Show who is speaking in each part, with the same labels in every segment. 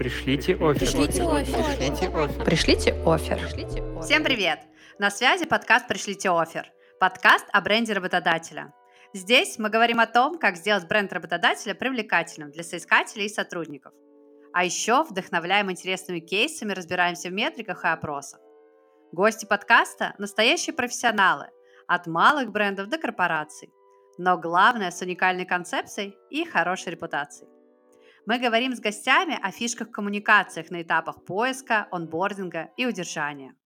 Speaker 1: Пришлите офер.
Speaker 2: Пришлите офер.
Speaker 3: Всем привет! На связи подкаст «Пришлите офер». Подкаст о бренде работодателя. Здесь мы говорим о том, как сделать бренд работодателя привлекательным для соискателей и сотрудников. А еще вдохновляем интересными кейсами, разбираемся в метриках и опросах. Гости подкаста – настоящие профессионалы, от малых брендов до корпораций. Но главное – с уникальной концепцией и хорошей репутацией. Мы говорим с гостями о фишках в коммуникациях на этапах поиска, онбординга и удержания.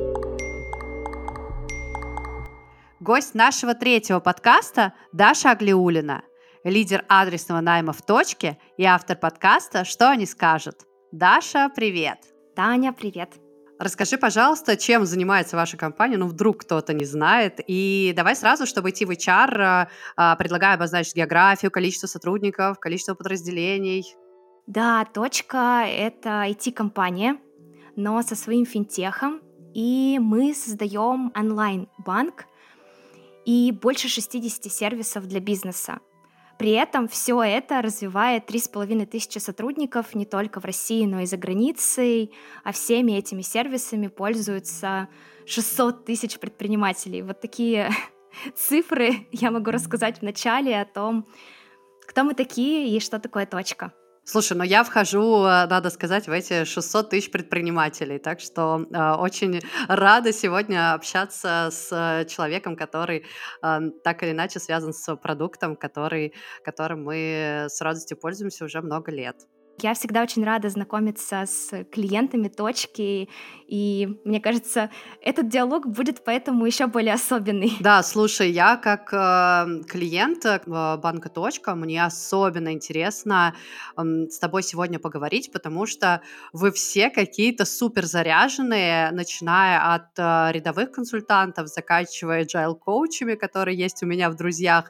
Speaker 3: Гость нашего третьего подкаста – Даша Аглиуллина, лидер адресного найма в точке и автор подкаста «Что они скажут». Даша, привет!
Speaker 4: Таня, привет!
Speaker 3: Расскажи, пожалуйста, чем занимается ваша компания, вдруг кто-то не знает, и давай сразу, чтобы идти в HR, предлагаю обозначить географию, количество сотрудников, количество подразделений.
Speaker 4: Да, точка — это IT-компания, но со своим финтехом, и мы создаем онлайн-банк и больше 60 сервисов для бизнеса. При этом все это развивает 3500 сотрудников не только в России, но и за границей, а всеми этими сервисами пользуются 600 тысяч предпринимателей. Вот такие цифры я могу рассказать в начале о том, кто мы такие и что такое точка.
Speaker 3: Слушай, я вхожу, надо сказать, в эти 600 тысяч предпринимателей, так что очень рада сегодня общаться с человеком, который так или иначе связан с продуктом, которым мы с радостью пользуемся уже много лет.
Speaker 4: Я всегда очень рада знакомиться с клиентами точки, и мне кажется, этот диалог будет поэтому еще более особенный.
Speaker 3: Да, слушай, я как клиент банка «Точка», мне особенно интересно с тобой сегодня поговорить, потому что вы все какие-то супер заряженные, начиная от рядовых консультантов, заканчивая agile-коучами, которые есть у меня в друзьях,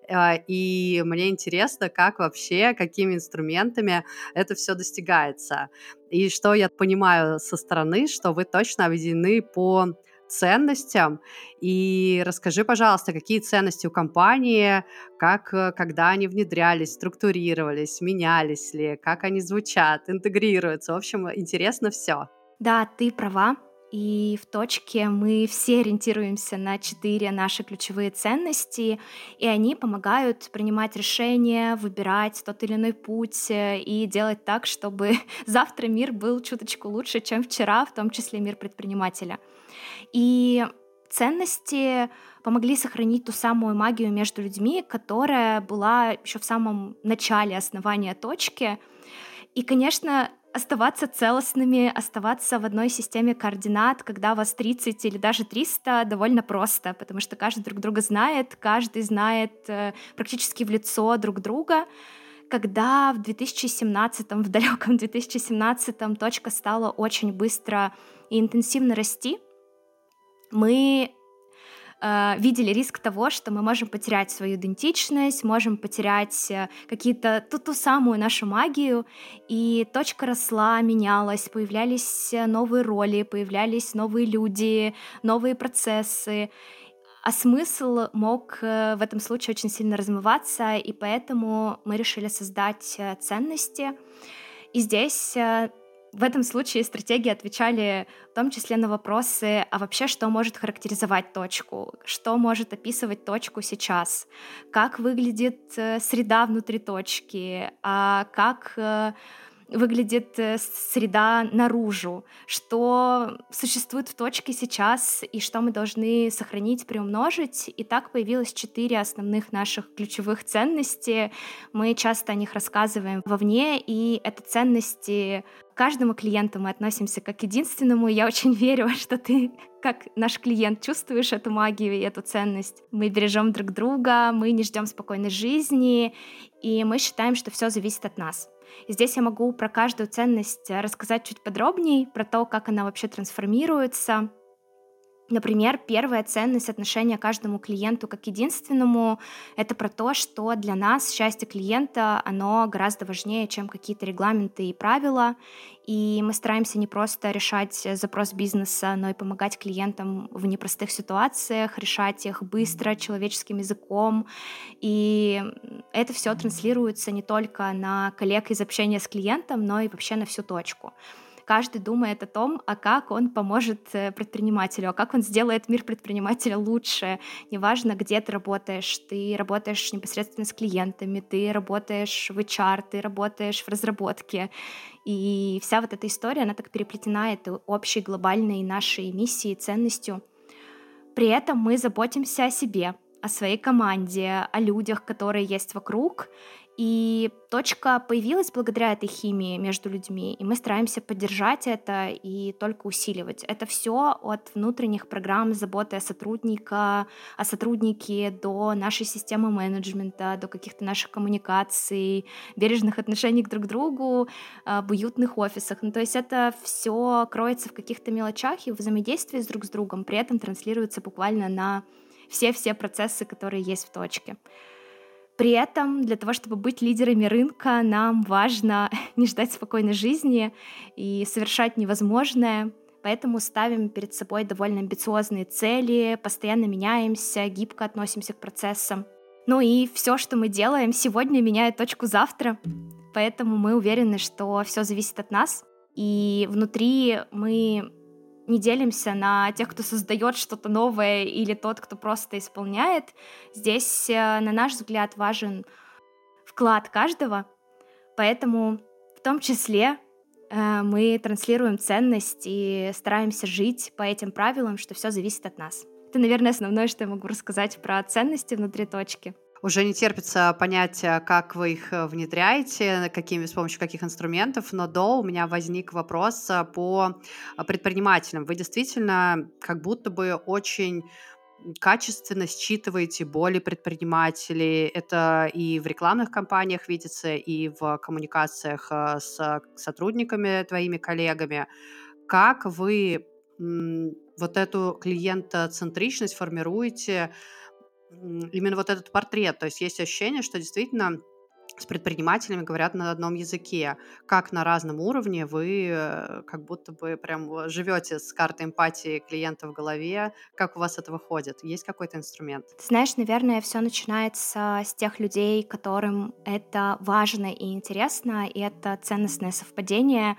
Speaker 3: и мне интересно, как вообще, какими инструментами это все достигается. И что я понимаю со стороны, что вы точно объединены по ценностям. И расскажи, пожалуйста, какие ценности у компании, когда они внедрялись, структурировались, менялись ли, как они звучат, интегрируются. В общем, интересно все.
Speaker 4: Да, ты права. И в точке мы все ориентируемся на 4 наши ключевые ценности, и они помогают принимать решения, выбирать тот или иной путь и делать так, чтобы завтра мир был чуточку лучше, чем вчера, в том числе мир предпринимателя. И ценности помогли сохранить ту самую магию между людьми, которая была еще в самом начале основания точки. И, конечно, оставаться целостными, оставаться в одной системе координат, когда вас 30 или даже 300, довольно просто, потому что каждый друг друга знает, каждый знает практически в лицо друг друга. Когда в далеком 2017 точка стала очень быстро и интенсивно расти, мы видели риск того, что мы можем потерять свою идентичность, можем потерять какие-то ту самую нашу магию, и точка росла, менялась, появлялись новые роли, появлялись новые люди, новые процессы, а смысл мог в этом случае очень сильно размываться, и поэтому мы решили создать ценности. И здесь в этом случае стратегии отвечали в том числе на вопросы, а вообще что может характеризовать точку, что может описывать точку сейчас, как выглядит среда внутри точки, как выглядит среда наружу, что существует в точке сейчас и что мы должны сохранить, приумножить. И так появилось 4 основных наших ключевых ценности. Мы часто о них рассказываем вовне, и это ценности к каждому клиенту мы относимся как к единственному. Я очень верю, что ты, как наш клиент, чувствуешь эту магию и эту ценность. Мы бережем друг друга, мы не ждем спокойной жизни, и мы считаем, что все зависит от нас. И здесь я могу про каждую ценность рассказать чуть подробнее, про то, как она вообще трансформируется. Например, первая ценность отношения к каждому клиенту как единственному — это про то, что для нас счастье клиента, оно гораздо важнее, чем какие-то регламенты и правила. И мы стараемся не просто решать запрос бизнеса, но и помогать клиентам в непростых ситуациях, решать их быстро, человеческим языком. И это все транслируется не только на коллег из общения с клиентом, но и вообще на всю точку. Каждый думает о том, а как он поможет предпринимателю, а как он сделает мир предпринимателя лучше. Неважно, где ты работаешь непосредственно с клиентами, ты работаешь в HR, ты работаешь в разработке. И вся вот эта история, она так переплетена этой общей глобальной нашей миссией, ценностью. При этом мы заботимся о себе, о своей команде, о людях, которые есть вокруг. И точка появилась благодаря этой химии между людьми, и мы стараемся поддержать это и только усиливать. Это все от внутренних программ заботы о сотруднике до нашей системы менеджмента, до каких-то наших коммуникаций, бережных отношений друг к другу, в уютных офисах. Ну, то есть это все кроется в каких-то мелочах и в взаимодействии с друг с другом, при этом транслируется буквально на все процессы, которые есть в точке. При этом для того, чтобы быть лидерами рынка, нам важно не ждать спокойной жизни и совершать невозможное. Поэтому ставим перед собой довольно амбициозные цели, постоянно меняемся, гибко относимся к процессам. Ну и все, что мы делаем сегодня, меняет точку завтра. Поэтому мы уверены, что все зависит от нас. И внутри мы не делимся на тех, кто создает что-то новое, или тот, кто просто исполняет. Здесь, на наш взгляд, важен вклад каждого, поэтому в том числе мы транслируем ценность и стараемся жить по этим правилам, что все зависит от нас. Это, наверное, основное, что я могу рассказать про ценности внутри точки.
Speaker 3: Уже не терпится понять, как вы их внедряете, с помощью каких инструментов, но у меня возник вопрос по предпринимателям. Вы действительно как будто бы очень качественно считываете боли предпринимателей. Это и в рекламных кампаниях видится, и в коммуникациях с сотрудниками, твоими коллегами. Как вы вот эту клиентоцентричность формируете, именно вот этот портрет? То есть есть ощущение, что действительно с предпринимателями говорят на одном языке. Как на разном уровне вы как будто бы прям живете с картой эмпатии клиента в голове. Как у вас это выходит? Есть какой-то инструмент?
Speaker 4: Ты знаешь, наверное, все начинается с тех людей, которым это важно и интересно, и это ценностное совпадение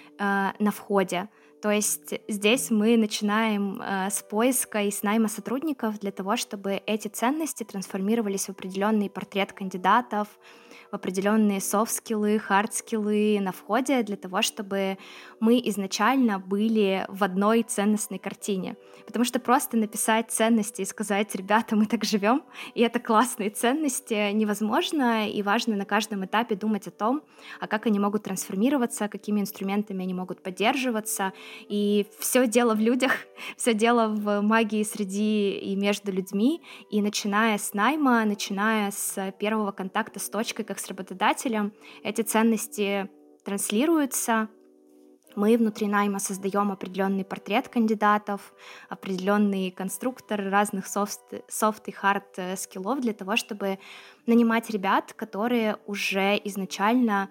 Speaker 4: на входе. То есть здесь мы начинаем с поиска и с найма сотрудников для того, чтобы эти ценности трансформировались в определенный портрет кандидатов, в определенные софт-скиллы, хард-скиллы на входе, для того, чтобы мы изначально были в одной ценностной картине. Потому что просто написать ценности и сказать: ребята, мы так живем, и это классные ценности, невозможно, и важно на каждом этапе думать о том, а как они могут трансформироваться, какими инструментами они могут поддерживаться. И все дело в людях, все дело в магии среди и между людьми. И начиная с найма, начиная с первого контакта с точкой, как с работодателем, эти ценности транслируются. Мы внутри найма создаем определенный портрет кандидатов, определенный конструктор разных софт и хард скиллов для того, чтобы нанимать ребят, которые уже изначально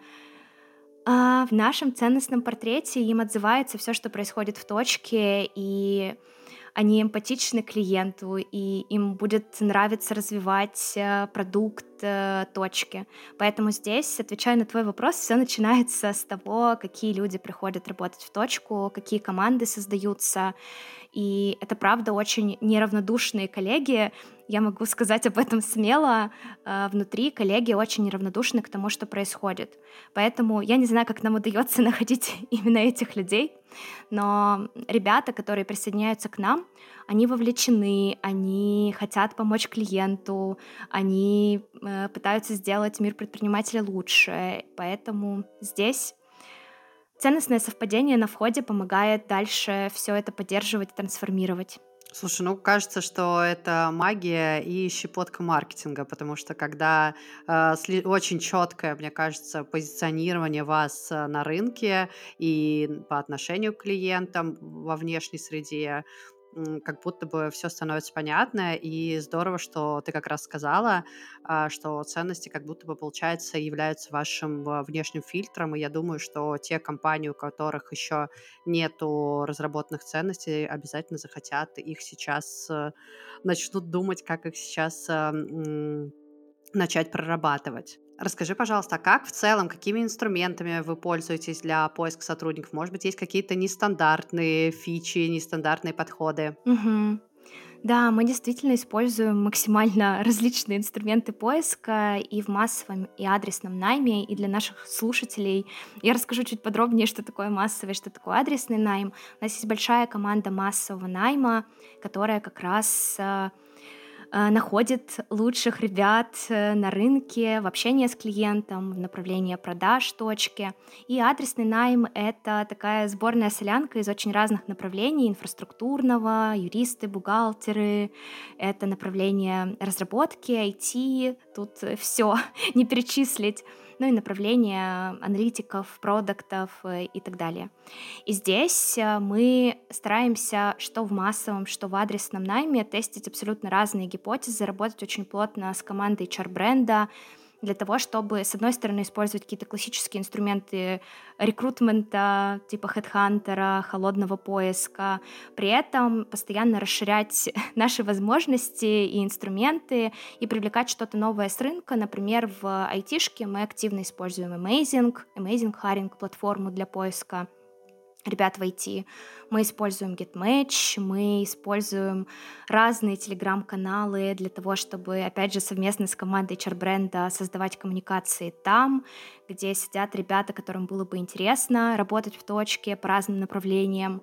Speaker 4: в нашем ценностном портрете, им отзывается все, что происходит в точке, и они эмпатичны к клиенту, и им будет нравиться развивать продукт точки. Поэтому здесь, отвечая на твой вопрос, все начинается с того, какие люди приходят работать в точку, какие команды создаются. И это, правда, очень неравнодушные коллеги. Я могу сказать об этом смело. Внутри коллеги очень неравнодушны к тому, что происходит. Поэтому я не знаю, как нам удается находить именно этих людей, но ребята, которые присоединяются к нам, они вовлечены, они хотят помочь клиенту, они пытаются сделать мир предпринимателя лучше. Поэтому здесь ценностное совпадение на входе помогает дальше все это поддерживать и трансформировать.
Speaker 3: Слушай, кажется, что это магия и щепотка маркетинга, потому что когда очень четкое, мне кажется, позиционирование вас на рынке и по отношению к клиентам во внешней среде, как будто бы все становится понятно, и здорово, что ты как раз сказала, что ценности как будто бы, получается, являются вашим внешним фильтром, и я думаю, что те компании, у которых еще нету разработанных ценностей, обязательно захотят их сейчас, начнут думать, как их сейчас начать прорабатывать. Расскажи, пожалуйста, а как в целом, какими инструментами вы пользуетесь для поиска сотрудников? Может быть, есть какие-то нестандартные фичи, нестандартные подходы?
Speaker 4: Мгм. Да, мы действительно используем максимально различные инструменты поиска и в массовом, и адресном найме. И для наших слушателей я расскажу чуть подробнее, что такое массовый, что такое адресный найм. У нас есть большая команда массового найма, которая как раз находит лучших ребят на рынке в общении с клиентом, в направлении продаж точки. И адресный найм — это такая сборная солянка из очень разных направлений: инфраструктурного, юристы, бухгалтеры, это направление разработки, IT, тут все не перечислить, ну и направление аналитиков, продуктов и так далее. И здесь мы стараемся что в массовом, что в адресном найме тестить абсолютно разные гипотезы, работать очень плотно с командой HR-бренда для того, чтобы, с одной стороны, использовать какие-то классические инструменты рекрутмента, типа хедхантера, холодного поиска, при этом постоянно расширять наши возможности и инструменты и привлекать что-то новое с рынка. Например, в айтишке мы активно используем Amazing Hiring платформу для поиска ребят в IT. Мы используем GetMatch, мы используем разные телеграм-каналы для того, чтобы, опять же, совместно с командой HR-бренда создавать коммуникации там, где сидят ребята, которым было бы интересно работать в точке по разным направлениям.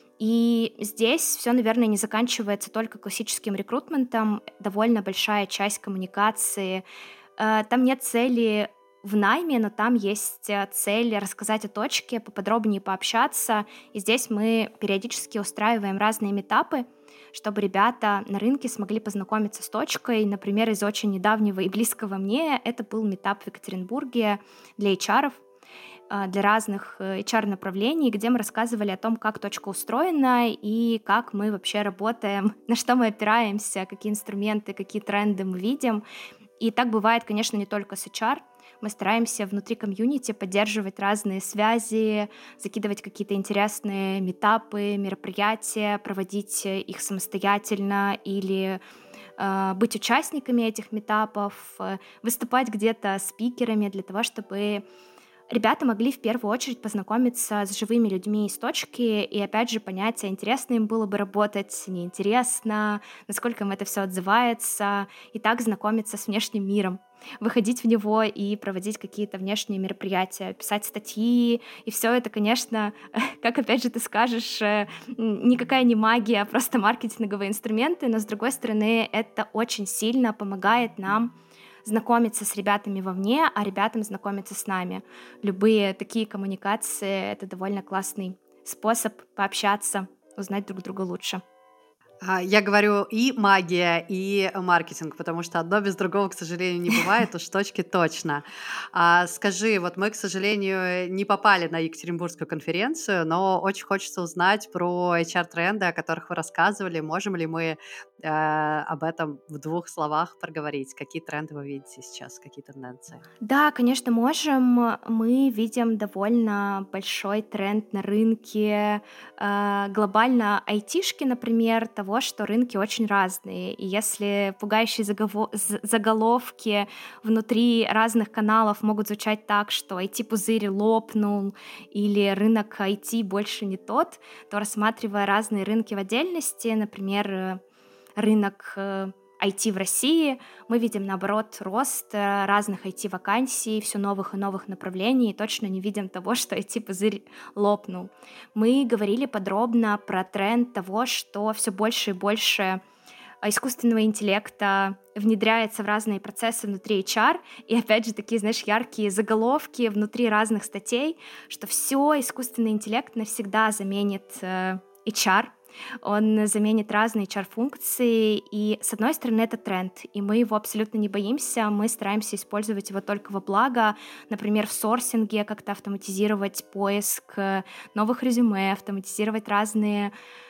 Speaker 4: И здесь все, наверное, не заканчивается только классическим рекрутментом. Довольно большая часть коммуникации. Там нет цели в найме, но там есть цель рассказать о точке, поподробнее пообщаться. И здесь мы периодически устраиваем разные митапы, чтобы ребята на рынке смогли познакомиться с точкой. Например, из очень недавнего и близкого мне это был митап в Екатеринбурге для HR, для разных HR-направлений, где мы рассказывали о том, как точка устроена и как мы вообще работаем, на что мы опираемся, какие инструменты, какие тренды мы видим. И так бывает, конечно, не только с HR. Мы стараемся внутри комьюнити поддерживать разные связи, закидывать какие-то интересные митапы, мероприятия, проводить их самостоятельно или быть участниками этих митапов, выступать где-то спикерами для того, чтобы ребята могли в первую очередь познакомиться с живыми людьми из точки и, опять же, понять, а интересно им было бы работать, неинтересно, насколько им это все отзывается, и так знакомиться с внешним миром, выходить в него и проводить какие-то внешние мероприятия, писать статьи, и все это, конечно, как, опять же, ты скажешь, никакая не магия, а просто маркетинговые инструменты, но, с другой стороны, это очень сильно помогает нам знакомиться с ребятами вовне, а ребятам знакомиться с нами. Любые такие коммуникации — это довольно классный способ пообщаться, узнать друг друга лучше.
Speaker 3: Я говорю и магия, и маркетинг, потому что одно без другого, к сожалению, не бывает, уж точки точно. Скажи, вот мы, к сожалению, не попали на Екатеринбургскую конференцию, но очень хочется узнать про HR-тренды, о которых вы рассказывали. Можем ли мы об этом в двух словах проговорить? Какие тренды вы видите сейчас, какие тенденции?
Speaker 4: Да, конечно, можем. Мы видим довольно большой тренд на рынке, глобально айтишки, например, того, что рынки очень разные. И если пугающие заголовки внутри разных каналов могут звучать так, что IT-пузырь лопнул или рынок IT больше не тот, то, рассматривая разные рынки в отдельности, например, рынок IT в России, мы видим, наоборот, рост разных IT-вакансий, все новых и новых направлений, и точно не видим того, что IT-пузырь лопнул. Мы говорили подробно про тренд того, что все больше и больше искусственного интеллекта внедряется в разные процессы внутри HR, и опять же такие, знаешь, яркие заголовки внутри разных статей, что все искусственный интеллект навсегда заменит HR, он заменит разные HR-функции, и, с одной стороны, это тренд, и мы его абсолютно не боимся, мы стараемся использовать его только во благо, например, в сорсинге как-то автоматизировать поиск новых резюме, автоматизировать разные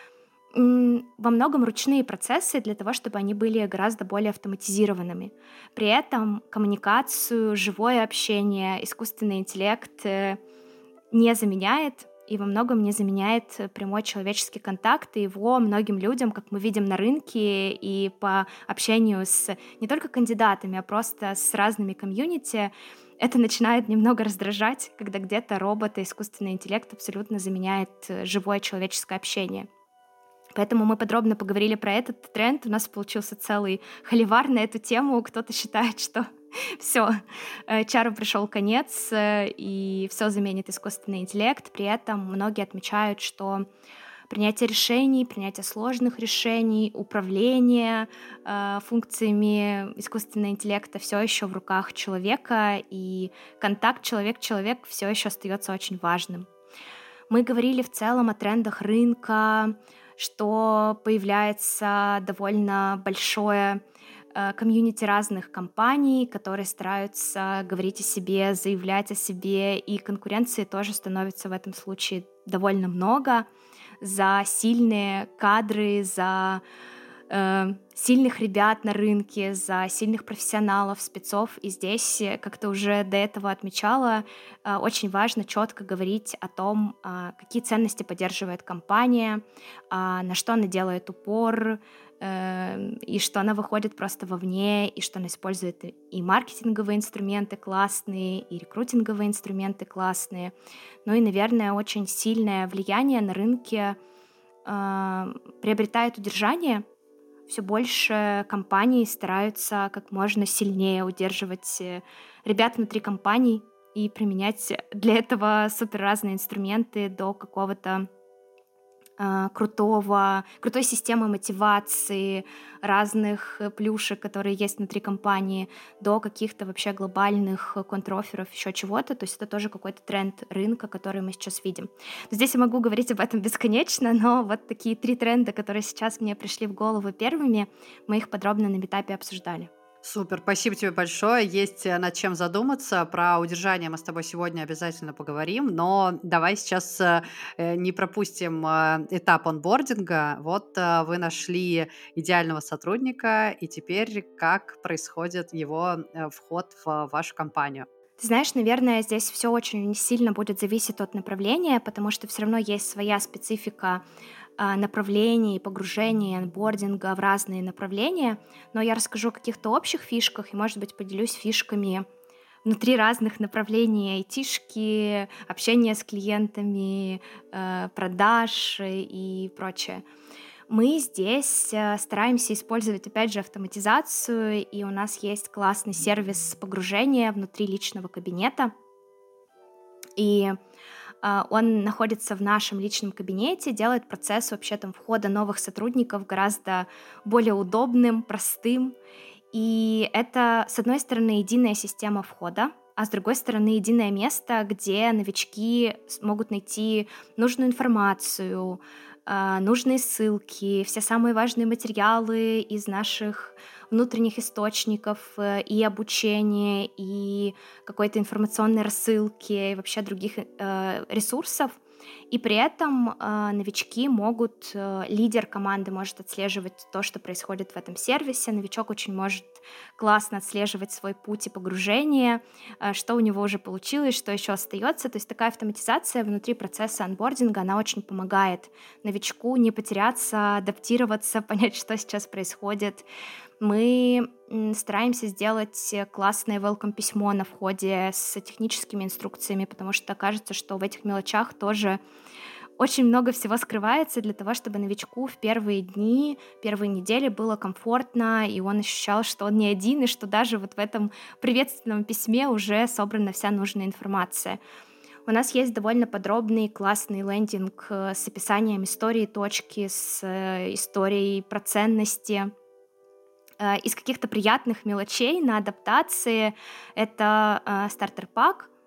Speaker 4: Во многом ручные процессы для того, чтобы они были гораздо более автоматизированными. При этом коммуникацию, живое общение, искусственный интеллект не заменяет и во многом не заменяет прямой человеческий контакт, и его многим людям, как мы видим на рынке и по общению с не только кандидатами, а просто с разными комьюнити, это начинает немного раздражать, когда где-то робот и искусственный интеллект абсолютно заменяет живое человеческое общение. Поэтому мы подробно поговорили про этот тренд. У нас получился целый холивар на эту тему. Кто-то считает, что все, чару пришел конец, и все заменит искусственный интеллект. При этом многие отмечают, что принятие решений, принятие сложных решений, управление функциями искусственного интеллекта все еще в руках человека, и контакт человек-человек все еще остается очень важным. Мы говорили в целом о трендах рынка, что появляется довольно большое комьюнити разных компаний, которые стараются говорить о себе, заявлять о себе, и конкуренции тоже становится в этом случае довольно много за сильные кадры, за сильных ребят на рынке, за сильных профессионалов, спецов. И здесь, как ты уже до этого отмечала, очень важно четко говорить о том, какие ценности поддерживает компания, на что она делает упор, и что она выходит просто вовне, и что она использует и маркетинговые инструменты классные, и рекрутинговые инструменты классные. Ну и, наверное, очень сильное влияние на рынке приобретает удержание. Все больше компаний стараются как можно сильнее удерживать ребят внутри компаний и применять для этого супер разные инструменты до какого-то крутой системы мотивации, разных плюшек, которые есть внутри компании, до каких-то вообще глобальных контроферов, еще чего-то. То есть это тоже какой-то тренд рынка, который мы сейчас видим. Здесь я могу говорить об этом бесконечно, но вот такие 3 тренда, которые сейчас мне пришли в голову первыми, мы их подробно на митапе обсуждали.
Speaker 3: Супер, спасибо тебе большое. Есть над чем задуматься. Про удержание мы с тобой сегодня обязательно поговорим, но давай сейчас не пропустим этап онбординга. Вот вы нашли идеального сотрудника, и теперь как происходит его вход в вашу компанию?
Speaker 4: Ты знаешь, наверное, здесь все очень сильно будет зависеть от направления, потому что все равно есть своя специфика направлений, погружения, онбординга в разные направления. Но я расскажу о каких-то общих фишках и, может быть, поделюсь фишками внутри разных направлений: айтишки, общения с клиентами, продаж и прочее. Мы здесь стараемся использовать, опять же, автоматизацию, и у нас есть классный сервис погружения внутри личного кабинета. И он находится в нашем личном кабинете, делает процесс вообще там входа новых сотрудников гораздо более удобным, простым. И это, с одной стороны, единая система входа, а с другой стороны, единое место, где новички могут найти нужную информацию, нужные ссылки, все самые важные материалы из наших внутренних источников, и обучение, и какой-то информационной рассылки, и вообще других ресурсов. И при этом новички могут, лидер команды может отслеживать то, что происходит в этом сервисе, новичок очень может классно отслеживать свой путь и погружение, что у него уже получилось, что еще остается. То есть такая автоматизация внутри процесса онбординга, она очень помогает новичку не потеряться, адаптироваться, понять, что сейчас происходит. Мы стараемся сделать классное welcome письмо на входе с техническими инструкциями, потому что кажется, что в этих мелочах тоже очень много всего скрывается для того, чтобы новичку в первые дни, первые недели было комфортно, и он ощущал, что он не один, и что даже вот в этом приветственном письме уже собрана вся нужная информация. У нас есть довольно подробный классный лендинг с описанием истории точки, с историей про ценности. Из каких-то приятных мелочей на адаптации это стартер-пак.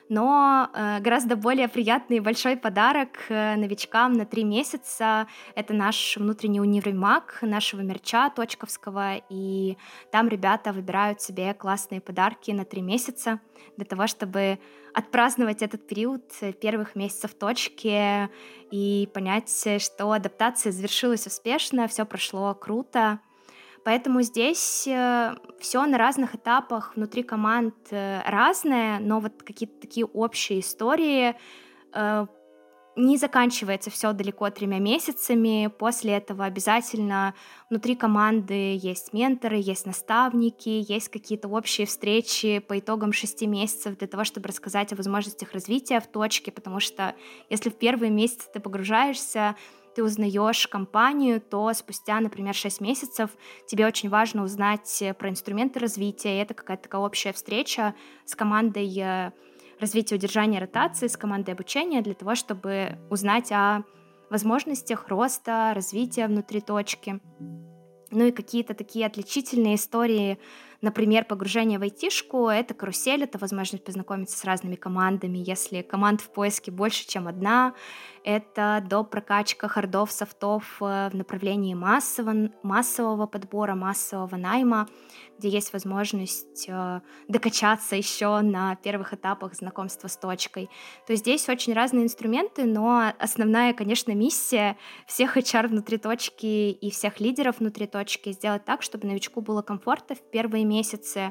Speaker 4: Но гораздо более приятный и большой подарок новичкам на 3 месяца — это наш внутренний универмаг нашего мерча точковского, и там ребята выбирают себе классные подарки на 3 месяца для того, чтобы отпраздновать этот период первых месяцев точки и понять, что адаптация завершилась успешно, все прошло круто. Поэтому здесь все на разных этапах внутри команд разное, но вот какие-то такие общие истории. э, Не заканчивается все далеко 3 месяцами. После этого обязательно внутри команды есть менторы, есть наставники, есть какие-то общие встречи по итогам 6 месяцев для того, чтобы рассказать о возможностях развития в точке, потому что если в первые месяцы ты погружаешься, ты узнаешь компанию, то спустя, например, 6 месяцев тебе очень важно узнать про инструменты развития, и это какая-то такая общая встреча с командой развития удержания ротации, с командой обучения для того, чтобы узнать о возможностях роста, развития внутри точки. Ну и какие-то такие отличительные истории, например, погружение в айтишку — это карусель, это возможность познакомиться с разными командами. Если команд в поиске больше, чем одна, это прокачка хардов, софтов в направлении массового подбора, массового найма, где есть возможность докачаться еще на первых этапах знакомства с точкой. То есть здесь очень разные инструменты, но основная, конечно, миссия всех HR внутри точки и всех лидеров внутри точки — сделать так, чтобы новичку было комфортно в первые месяцы.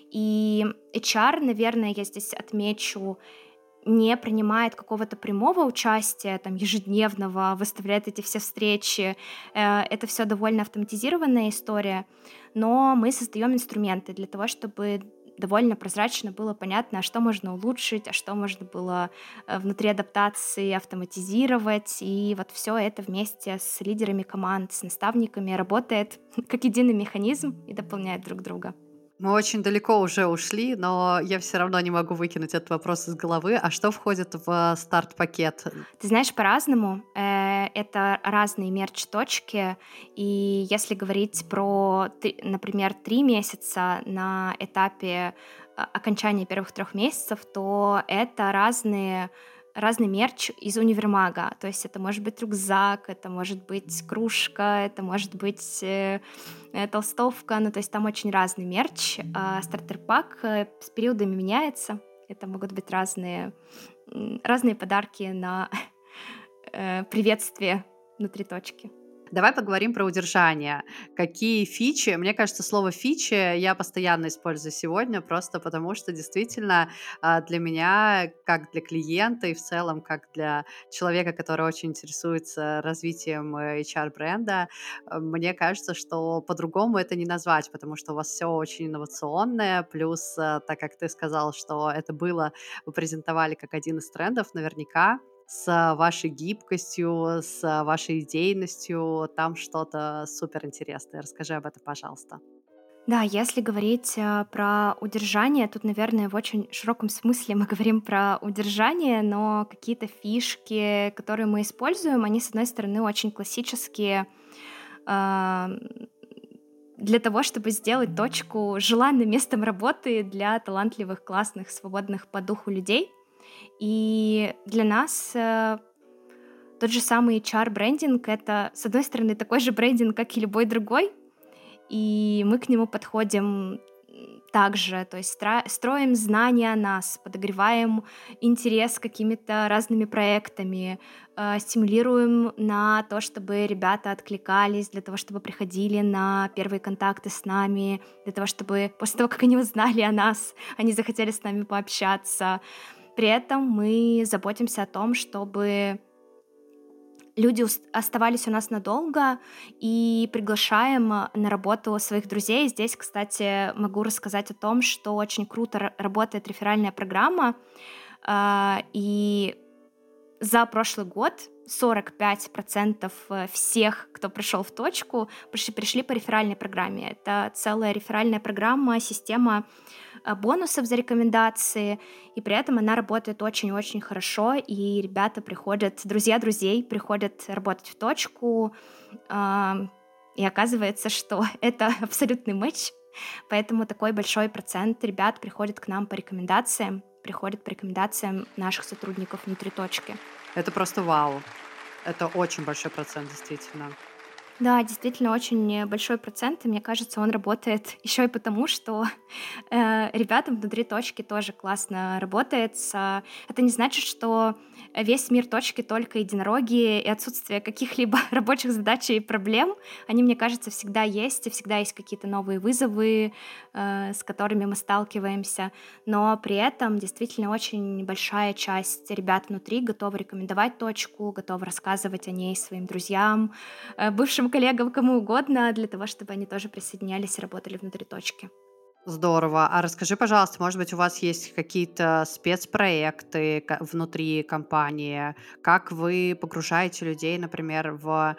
Speaker 4: И HR, наверное, я здесь отмечу, не принимает какого-то прямого участия, там, ежедневного, выставляет эти все встречи. Это все довольно автоматизированная история, но мы создаем инструменты для того, чтобы довольно прозрачно было понятно, а что можно улучшить, а что можно было внутри адаптации автоматизировать. И вот все это вместе с лидерами команд, с наставниками работает как единый механизм и дополняет друг друга.
Speaker 3: Мы очень далеко уже ушли, но я все равно не могу выкинуть этот вопрос из головы. А что входит в старт-пакет?
Speaker 4: Ты знаешь, по-разному. Это разные мерч-точки. И если говорить про, например, 3 месяца на этапе окончания первых 3 месяцев, то это разный мерч из универмага. То есть это может быть рюкзак, это может быть кружка, это может быть толстовка. Ну, то есть там очень разный мерч. Стартер-пак с периодами меняется. Это могут быть разные подарки на приветствие внутри точки.
Speaker 3: Давай поговорим про удержание. Какие фичи? Мне кажется, слово фичи я постоянно использую сегодня, просто потому что действительно для меня, как для клиента и в целом, как для человека, который очень интересуется развитием HR-бренда, мне кажется, что по-другому это не назвать, потому что у вас все очень инновационное, плюс, так как ты сказал, что это было, вы презентовали как один из трендов, наверняка с вашей гибкостью, с вашей идейностью, там что-то супер интересное. Расскажи об этом, пожалуйста.
Speaker 4: Да, если говорить про удержание, тут, наверное, в очень широком смысле мы говорим про удержание, но какие-то фишки, которые мы используем, они, с одной стороны, очень классические, а, для того, чтобы сделать точку желанным местом работы для талантливых, классных, свободных по духу людей. И для нас тот же самый HR-брендинг — это, с одной стороны, такой же брендинг, как и любой другой, и мы к нему подходим также, то есть строим знания о нас, подогреваем интерес какими-то разными проектами, стимулируем на то, чтобы ребята откликались, для того, чтобы приходили на первые контакты с нами, для того, чтобы после того, как они узнали о нас, они захотели с нами пообщаться. При этом мы заботимся о том, чтобы люди оставались у нас надолго, и приглашаем на работу своих друзей. Здесь, кстати, могу рассказать о том, что очень круто работает реферальная программа, и за прошлый год 45% всех, кто пришел в точку, пришли по реферальной программе. Это целая реферальная программа, система бонусов за рекомендации, и при этом она работает очень-очень хорошо, и ребята приходят, друзья друзей приходят работать в точку, и оказывается, что это абсолютный матч, поэтому такой большой процент ребят приходит к нам по рекомендациям. приходят по рекомендациям наших сотрудников внутри точки.
Speaker 3: Это просто вау. Это очень большой процент, действительно.
Speaker 4: Да, действительно, очень большой процент, и мне кажется, он работает еще и потому, что ребятам внутри точки тоже классно работается. Это не значит, что весь мир точки только единороги и отсутствие каких-либо рабочих задач и проблем. Они, мне кажется, всегда есть, и всегда есть какие-то новые вызовы, с которыми мы сталкиваемся. Но при этом действительно очень большая часть ребят внутри готовы рекомендовать точку, готовы рассказывать о ней своим друзьям, бывшим коллегам, кому угодно, для того, чтобы они тоже присоединялись и работали внутри точки.
Speaker 3: Здорово. А расскажи, пожалуйста, может быть, у вас есть какие-то спецпроекты внутри компании? Как вы погружаете людей, например, в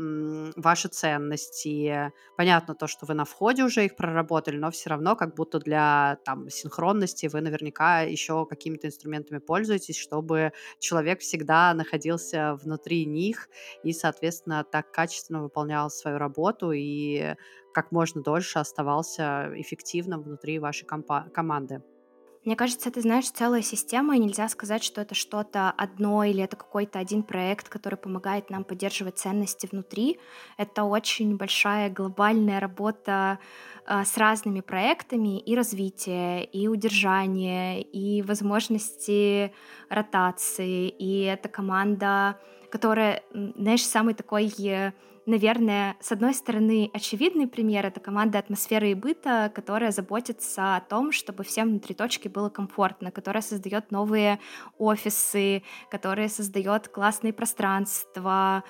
Speaker 3: ваши ценности? Понятно то, что вы на входе уже их проработали, но все равно как будто для там, синхронности вы наверняка еще какими-то инструментами пользуетесь, чтобы человек всегда находился внутри них и, соответственно, так качественно выполнял свою работу и как можно дольше оставался эффективным внутри вашей команды.
Speaker 4: Мне кажется, это, знаешь, целая система, и нельзя сказать, что это что-то одно или это какой-то один проект, который помогает нам поддерживать ценности внутри. Это очень большая глобальная работа с разными проектами и развитие, и удержание, и возможности ротации. И это команда, которая, знаешь, самый такой наверное, с одной стороны, очевидный пример — это команда атмосферы и быта, которая заботится о том, чтобы всем внутри точки было комфортно, которая создает новые офисы, которая создает классные пространства,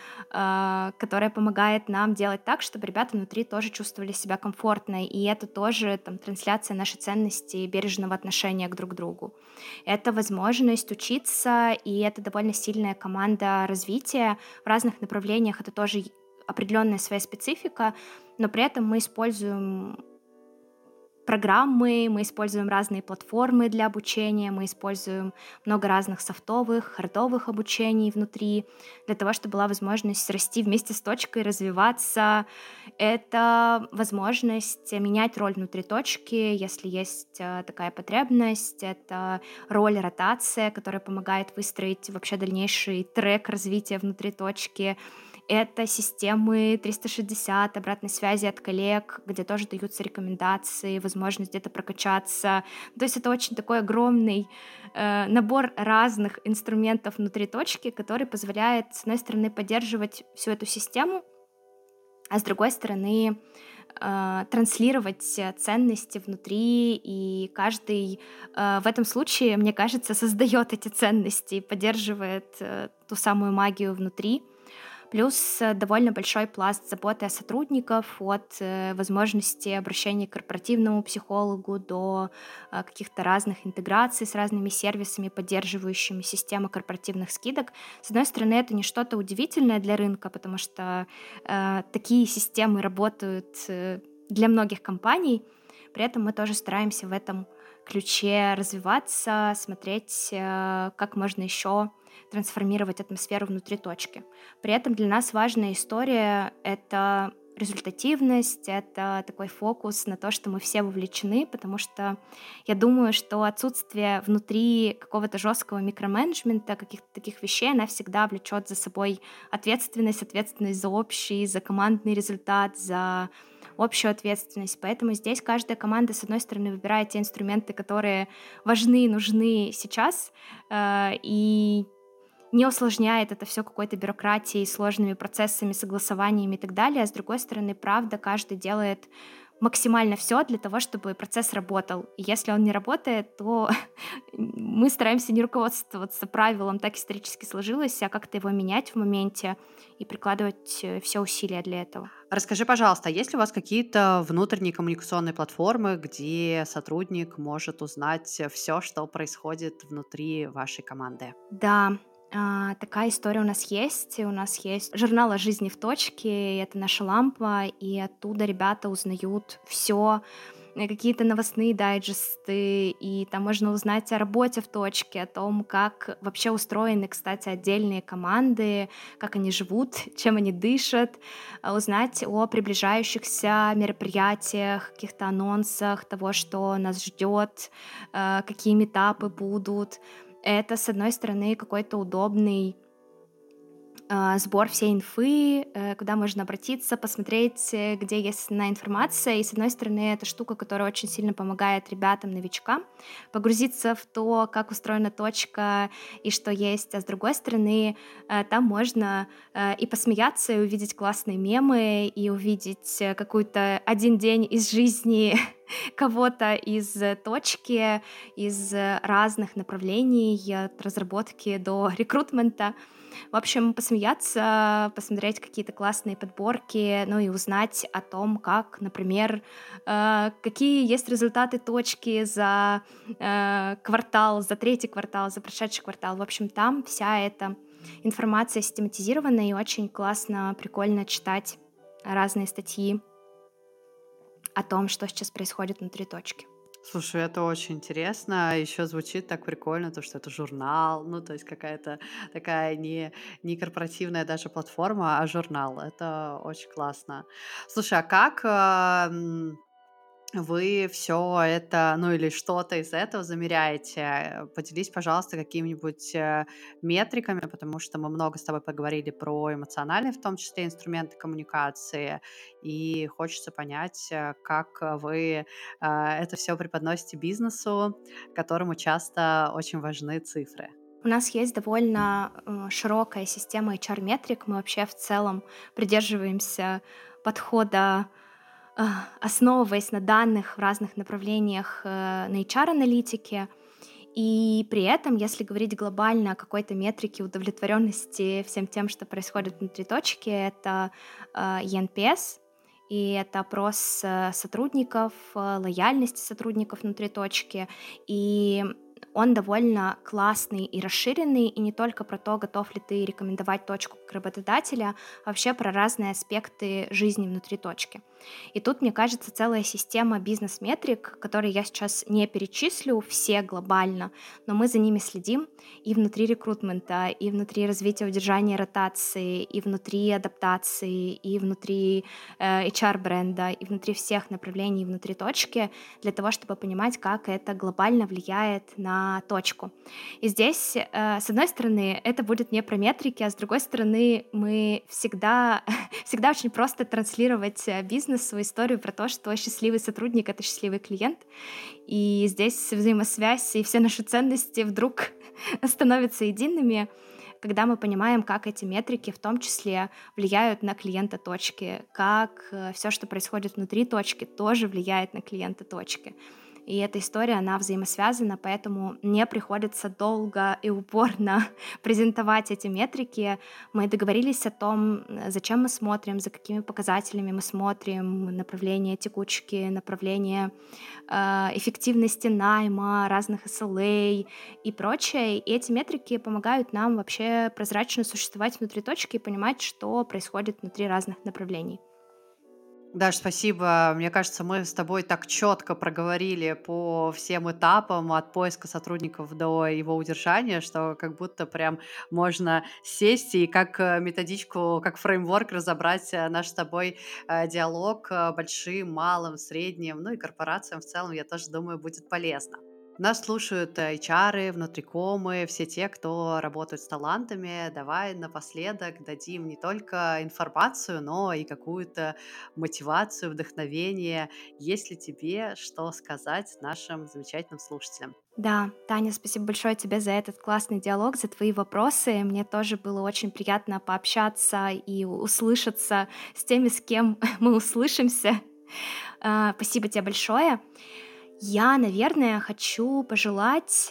Speaker 4: которая помогает нам делать так, чтобы ребята внутри тоже чувствовали себя комфортно. И это тоже там, трансляция нашей ценности и бережного отношения к друг другу. Это возможность учиться, и это довольно сильная команда развития в разных направлениях. Это тоже определенная своя специфика, но при этом мы используем программы, мы используем разные платформы для обучения, мы используем много разных софтовых, хардовых обучений внутри, для того, чтобы была возможность расти вместе с точкой, развиваться. Это возможность менять роль внутри точки, если есть такая потребность. Это роль ротация, которая помогает выстроить вообще дальнейший трек развития внутри точки. Это системы 360, обратной связи от коллег, где тоже даются рекомендации, возможность где-то прокачаться. То есть это очень такой огромный набор разных инструментов внутри точки, который позволяет, с одной стороны, поддерживать всю эту систему, а с другой стороны, транслировать ценности внутри, и каждый в этом случае, мне кажется, создает эти ценности и поддерживает ту самую магию внутри. Плюс довольно большой пласт заботы о сотрудников, от возможности обращения к корпоративному психологу до каких-то разных интеграций с разными сервисами, поддерживающими систему корпоративных скидок. С одной стороны, это не что-то удивительное для рынка, потому что такие системы работают для многих компаний. При этом мы тоже стараемся в этом ключе развиваться, смотреть, как можно еще трансформировать атмосферу внутри точки. При этом для нас важная история — это результативность, это такой фокус на то, что мы все вовлечены, потому что я думаю, что отсутствие внутри какого-то жесткого микроменеджмента, каких-то таких вещей, она всегда влечет за собой ответственность за общий, за командный результат, за общую ответственность. Поэтому здесь каждая команда, с одной стороны, выбирает те инструменты, которые важны и нужны сейчас, и не усложняет это все какой-то бюрократией, сложными процессами, согласованиями и так далее. А с другой стороны, правда, каждый делает максимально все для того, чтобы процесс работал. И если он не работает, то мы стараемся не руководствоваться правилом, так исторически сложилось, а как-то его менять в моменте и прикладывать все усилия для этого.
Speaker 3: Расскажи, пожалуйста, есть ли у вас какие-то внутренние коммуникационные платформы, где сотрудник может узнать все, что происходит внутри вашей команды?
Speaker 4: Да, Такая история у нас есть. У нас есть журнал о жизни в точке, и это наша лампа, и оттуда ребята узнают все, какие-то новостные дайджесты, и там можно узнать о работе в точке, о том, как вообще устроены, кстати, отдельные команды, как они живут, чем они дышат, узнать о приближающихся мероприятиях, каких-то анонсах того, что нас ждет, какие метапы будут. Это, с одной стороны, какой-то удобный сбор всей инфы, куда можно обратиться, посмотреть, где есть на информация. И, с одной стороны, это штука, которая очень сильно помогает ребятам, новичкам, погрузиться в то, как устроена точка и что есть. А с другой стороны, там можно и посмеяться, и увидеть классные мемы, и увидеть какой-то один день из жизни кого-то из точки, из разных направлений, от разработки до рекрутмента. В общем, посмеяться, посмотреть какие-то классные подборки, ну и узнать о том, как, например, какие есть результаты точки за квартал, за третий квартал, за прошедший квартал. В общем, там вся эта информация систематизирована, и очень классно, прикольно читать разные статьи о том, что сейчас происходит внутри точки.
Speaker 3: Слушай, это очень интересно. Еще звучит так прикольно, то, что это журнал, ну, то есть какая-то такая не корпоративная даже платформа, а журнал. Это очень классно. Слушай, а как вы все это, ну или что-то из этого замеряете? Поделись, пожалуйста, какими-нибудь метриками, потому что мы много с тобой поговорили про эмоциональные, в том числе, инструменты коммуникации, и хочется понять, как вы это все преподносите бизнесу, которому часто очень важны цифры.
Speaker 4: У нас есть довольно широкая система HR-метрик. Мы вообще в целом придерживаемся подхода, основываясь на данных в разных направлениях на HR-аналитике. И при этом, если говорить глобально о какой-то метрике удовлетворенности всем тем, что происходит внутри точки, это ENPS, и это опрос сотрудников, лояльности сотрудников внутри точки. И он довольно классный и расширенный, и не только про то, готов ли ты рекомендовать точку как работодателя, а вообще про разные аспекты жизни внутри точки. И тут, мне кажется, целая система бизнес-метрик, которые я сейчас не перечислю все глобально, но мы за ними следим и внутри рекрутмента, и внутри развития удержания ротации, и внутри адаптации, и внутри HR-бренда, и внутри всех направлений внутри точки, для того, чтобы понимать, как это глобально влияет на точку. И здесь, с одной стороны, это будет не про метрики, а с другой стороны, мы всегда, всегда очень просто транслировать бизнесу историю про то, что счастливый сотрудник — это счастливый клиент. И здесь взаимосвязь и все наши ценности вдруг становятся едиными, когда мы понимаем, как эти метрики в том числе влияют на клиента точки, как все, что происходит внутри точки, тоже влияет на клиента точки. И эта история, она взаимосвязана, поэтому мне приходится долго и упорно презентовать эти метрики. Мы договорились о том, зачем мы смотрим, за какими показателями мы смотрим, направление текучки, направление эффективности найма, разных SLA и прочее. И эти метрики помогают нам вообще прозрачно существовать внутри точки и понимать, что происходит внутри разных направлений.
Speaker 3: Даш, спасибо. Мне кажется, мы с тобой так четко проговорили по всем этапам от поиска сотрудников до его удержания, что как будто прям можно сесть и как методичку, как фреймворк разобрать наш с тобой диалог большим, малым, средним, ну и корпорациям в целом, я тоже думаю, будет полезно. Нас слушают HR, внутрикомы, все те, кто работают с талантами. Давай напоследок дадим не только информацию, но и какую-то мотивацию, вдохновение. Есть ли тебе что сказать нашим замечательным слушателям?
Speaker 4: Да, Таня, спасибо большое тебе за этот классный диалог, за твои вопросы. Мне тоже было очень приятно пообщаться и услышаться с теми, с кем мы услышимся. Спасибо тебе большое. Я, наверное, хочу пожелать,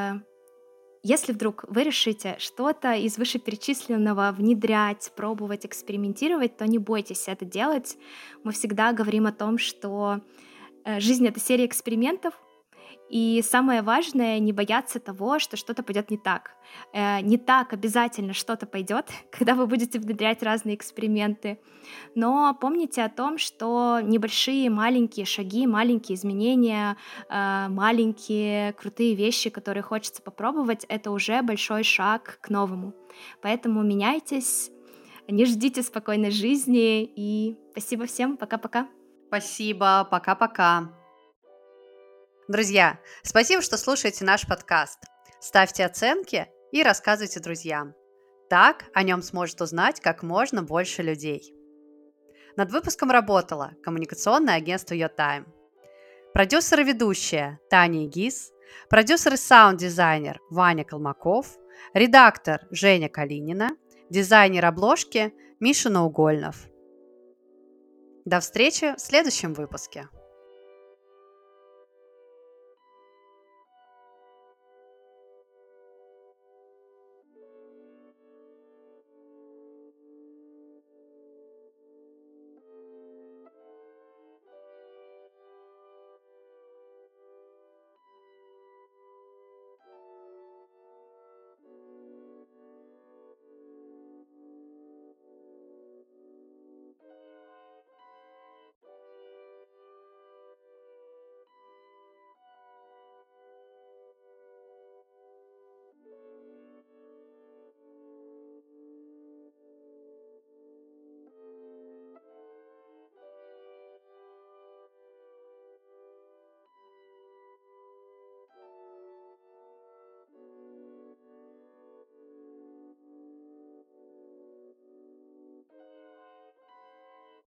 Speaker 4: если вдруг вы решите что-то из вышеперечисленного внедрять, пробовать, экспериментировать, то не бойтесь это делать. Мы всегда говорим о том, что жизнь — это серия экспериментов, И самое важное — не бояться того, что что-то пойдет не так. Не так обязательно что-то пойдет, когда вы будете внедрять разные эксперименты. Но помните о том, что небольшие маленькие шаги, маленькие изменения, маленькие крутые вещи, которые хочется попробовать, это уже большой шаг к новому. Поэтому меняйтесь, не ждите спокойной жизни, и спасибо всем, пока-пока.
Speaker 3: Спасибо, пока-пока. Друзья, спасибо, что слушаете наш подкаст. Ставьте оценки и рассказывайте друзьям. Так о нем сможет узнать как можно больше людей. Над выпуском работало коммуникационное агентство Your Time. Продюсер и ведущая Таня Игис, продюсер и саунд-дизайнер Ваня Колмаков, редактор Женя Калинина, дизайнер обложки Миша Наугольнов. До встречи в следующем выпуске.